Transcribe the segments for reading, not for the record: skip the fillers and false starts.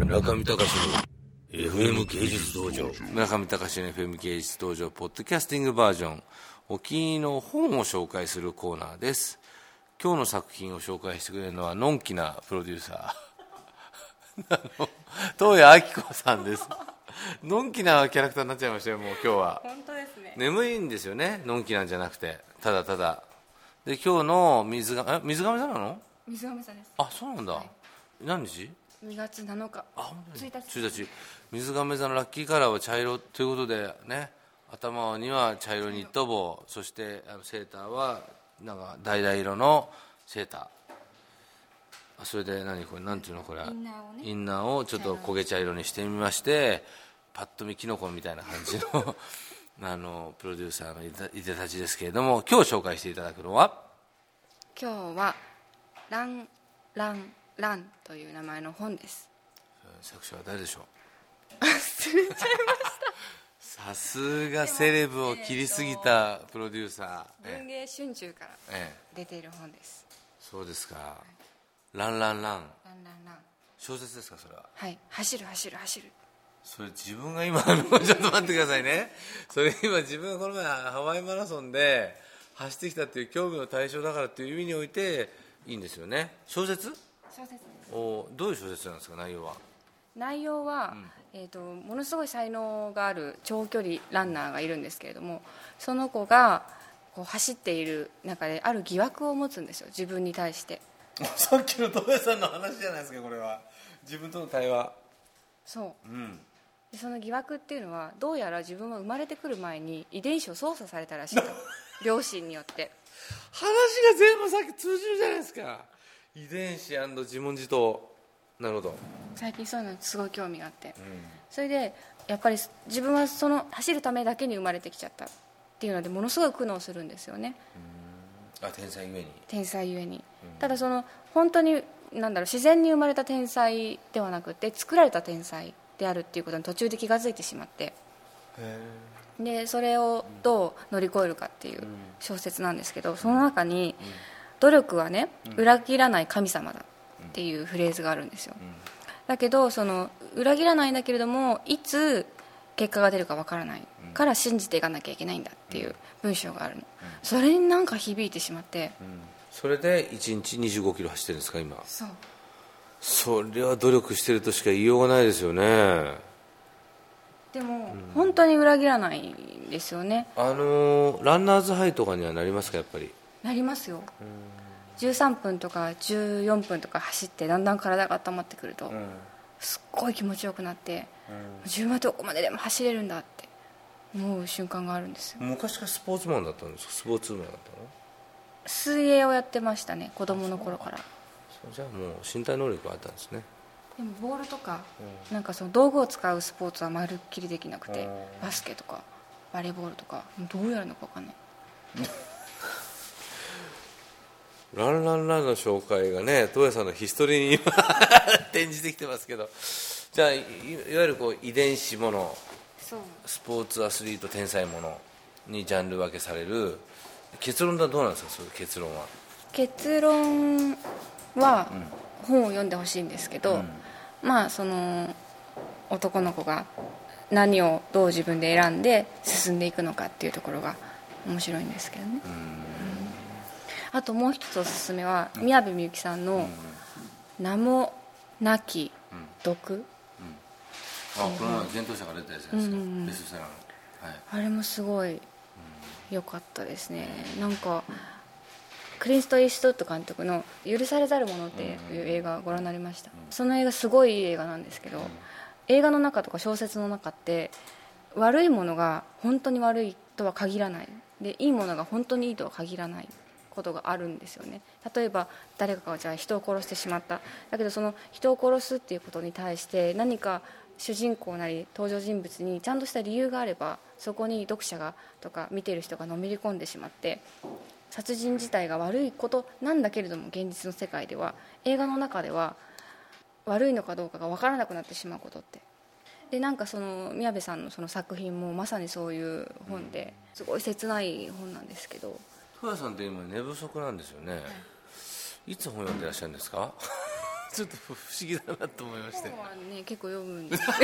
村上隆の FM 芸術道場。村上隆の FM 芸術道場ポッドキャスティングバージョン、お気に入りの本を紹介するコーナーです。今日の作品を紹介してくれるのはのんきなプロデューサー東谷明子さんです。のんきなキャラクターになっちゃいましたよ、もう今日は。 本当ですね。 眠いんですよね、のんきなんじゃなくて、ただただで。今日の水亀さんなの？ 水亀さんです。 あ、そうなんだ、はい、何日 2月7日。 あ、本当に 1日。 水亀座のラッキーカラーは茶色ということでね、頭には茶色ニット帽、そしてセーターはなんか橙色のセーター、それでこれなんていうの、これはインナーをちょっと焦げ茶色にしてみまして、パッと見キノコみたいな感じのプロデューサーのいでたちですけれども、今日紹介していただくのは、 今日はランランランという名前の本です。 作者は誰でしょう？ 忘れちゃいました。 さすがセレブを切りすぎたプロデューサー。文藝春秋から出ている本です。 そうですか、はい、ランランラン。小説ですか、それは？ はい、走る走る走る。 それ自分が今ちょっと待ってくださいね。それ今自分がこの前ハワイマラソンで走ってきたっていう興味の対象だからっていう意味においていいんですよね。小説？ 小説です。 どういう小説なんですか、内容は？ 内容は、ものすごい才能がある長距離ランナーがいるんですけれども、その子がこう走っている中である疑惑を持つんですよ、自分に対して。 さっきの東谷さんの話じゃないですか、これは。自分との対話。 そう、でその疑惑っていうのは、どうやら自分は生まれてくる前に遺伝子を操作されたらしいと両親によって。 話が全部さっき通じるじゃないですか。遺伝子&自問自答。なるほど。 最近そういうのにすごい興味があって、それでやっぱり自分はその走るためだけに生まれてきちゃったっていうので、ものすごい苦悩するんですよね。 天才ゆえに。 天才ゆえに。ただその本当に自然に生まれた天才ではなくて、作られた天才であるっていうことに途中で気が付いてしまって、でそれをどう乗り越えるかっていう小説なんですけど、その中に努力はね、裏切らない神様だっていうフレーズがあるんですよ。だけどその裏切らないんだけれども、いつ結果が出るかわからないから信じていかなきゃいけないんだっていう文章があるの。それになんか響いてしまって、 それで1日25キロ走ってるんですか、今？ そう。 それは努力してるとしか言いようがないですよね。 でも、本当に裏切らないんですよね。 ランナーズハイとかにはなりますか？やっぱりなりますよ。13分とか14分とか走って、だんだん体が温まってくると、すっごい気持ちよくなって、自分はどこまででも走れるんだって思う瞬間があるんですよ。 昔からスポーツマンだったんですか？スポーツマンだったの？ 水泳をやってましたね、子供の頃から。 じゃあもう身体能力があったんですね。 でもボールとか、なんかその道具を使うスポーツはまるっきりできなくて、バスケとかバレーボールとかどうやるのか分かんないランランランの紹介がね、東谷さんのヒストリーに今転じてきてますけど、じゃあいわゆるこう遺伝子もの、スポーツアスリート天才ものにジャンル分けされる。結論はどうなんですか？そういう結論は。 結論は、本を読んでほしいんですけど、まあその男の子が何をどう自分で選んで進んでいくのかっていうところが面白いんですけどね。あともう一つおすすめは、宮部みゆきさんの名もなき毒、 この前幻冬舎から出たやつですか、ベストセラーの、 あれもすごい良かったですね。なんかクリンスト・イーストウッド監督の「許されざる者」っていう映画をご覧になりました？その映画すごいいい映画なんですけど、映画の中とか小説の中って悪いものが本当に悪いとは限らない、でいいものが本当にいいとは限らないことがあるんですよね。例えば誰かがじゃあ人を殺してしまった、だけどその人を殺すっていうことに対して何か主人公なり登場人物にちゃんとした理由があれば、そこに読者がとか見てる人がのめり込んでしまって、殺人自体が悪いことなんだけれども、現実の世界では映画の中では悪いのかどうかが分からなくなってしまうことって、でなんかその宮部さんのその作品もまさにそういう本で、すごい切ない本なんですけど。 東谷さんって今寝不足なんですよね、いつ本読んでらっしゃるんですか？ ちょっと不思議だなと思いまして。 本はね結構読むんですよ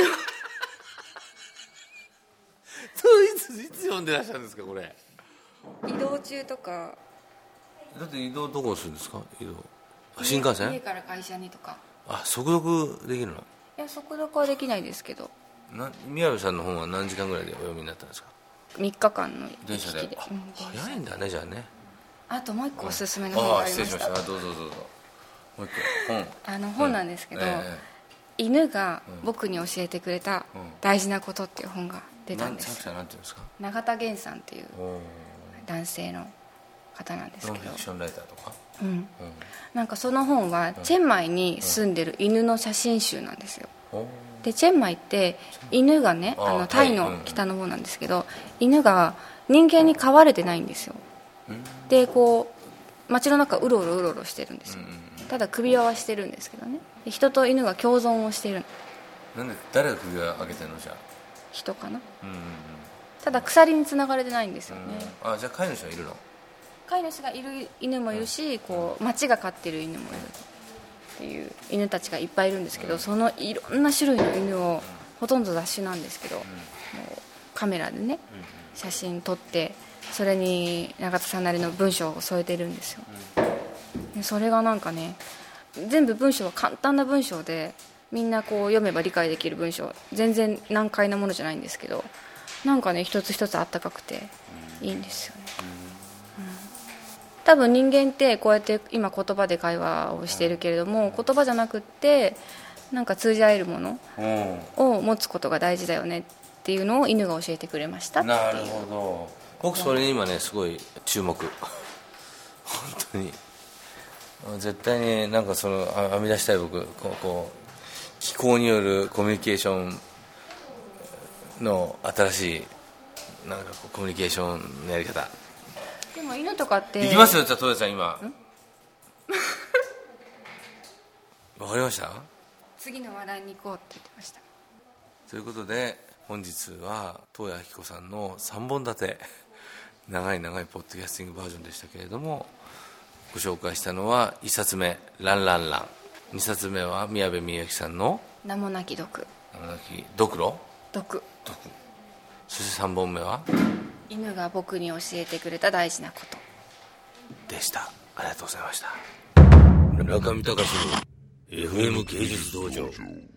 いつ読んでらっしゃるんですかこれ。 移動中とか。 だって移動どこをするんですか？移動新幹線？ 家から会社にとか。 速読できるの？ いや速読はできないですけど。 宮部さんの本は何時間ぐらいでお読みになったんですか ？3日間の電車で。早いんだねじゃあね。 あともう一個おすすめの本がありました。 失礼しました。どうぞ。もう一個本なんですけど、犬が僕に教えてくれた大事なことっていう本が出たんです。 作者なんていうんですか？ 永田源さんっていう男性の方なんですけど、ノンフィクションライターとか。 なんかその本はチェンマイに住んでる犬の写真集なんですよ。でチェンマイって犬がねタイの北の方なんですけど、犬が人間に飼われてないんですよ。でこう街の中うろうろしてるんですよ。ただ首輪はしてるんですけどね。人と犬が共存をしている。 なんで誰が首輪上げてるのじゃあ？ 人かな。ただ鎖に繋がれてないんですよね。 じゃあ飼い主はいるの？ 飼い主がいる犬もいるし、こう町が飼ってる犬もいるっていう犬たちがいっぱいいるんですけど、そのいろんな種類の犬をほとんど雑種なんですけど、もうカメラでね写真撮って、それに永田さんなりの文章を添えてるんですよ。でそれがなんかね、全部文章は簡単な文章で、みんなこう読めば理解できる文章、全然難解なものじゃないんですけど、なんかね一つ一つあったかくていいんですよね。多分人間ってこうやって今言葉で会話をしているけれども、言葉じゃなくってなんか通じ合えるものを持つことが大事だよねっていうのを犬が教えてくれましたっていう。 なるほど。僕それに今ねすごい注目本当に絶対になんかその編み出したい。僕こう気候によるコミュニケーションの新しいなんかこうコミュニケーションのやり方。 でも犬とかって行きますよ。じゃあ戸田ちゃん今わかりました？ 次の話題に行こうって言ってました。 ということで本日は東谷明子さんの3本立て長いポッドキャスティングバージョンでしたけれども、ご紹介したのは1冊目ランランラン、2冊目は宮部みゆきさんの名もなき毒、 ドクロ、そして3本目は犬が僕に教えてくれた大事なことでした。ありがとうございました。中見隆の FM 芸術道場。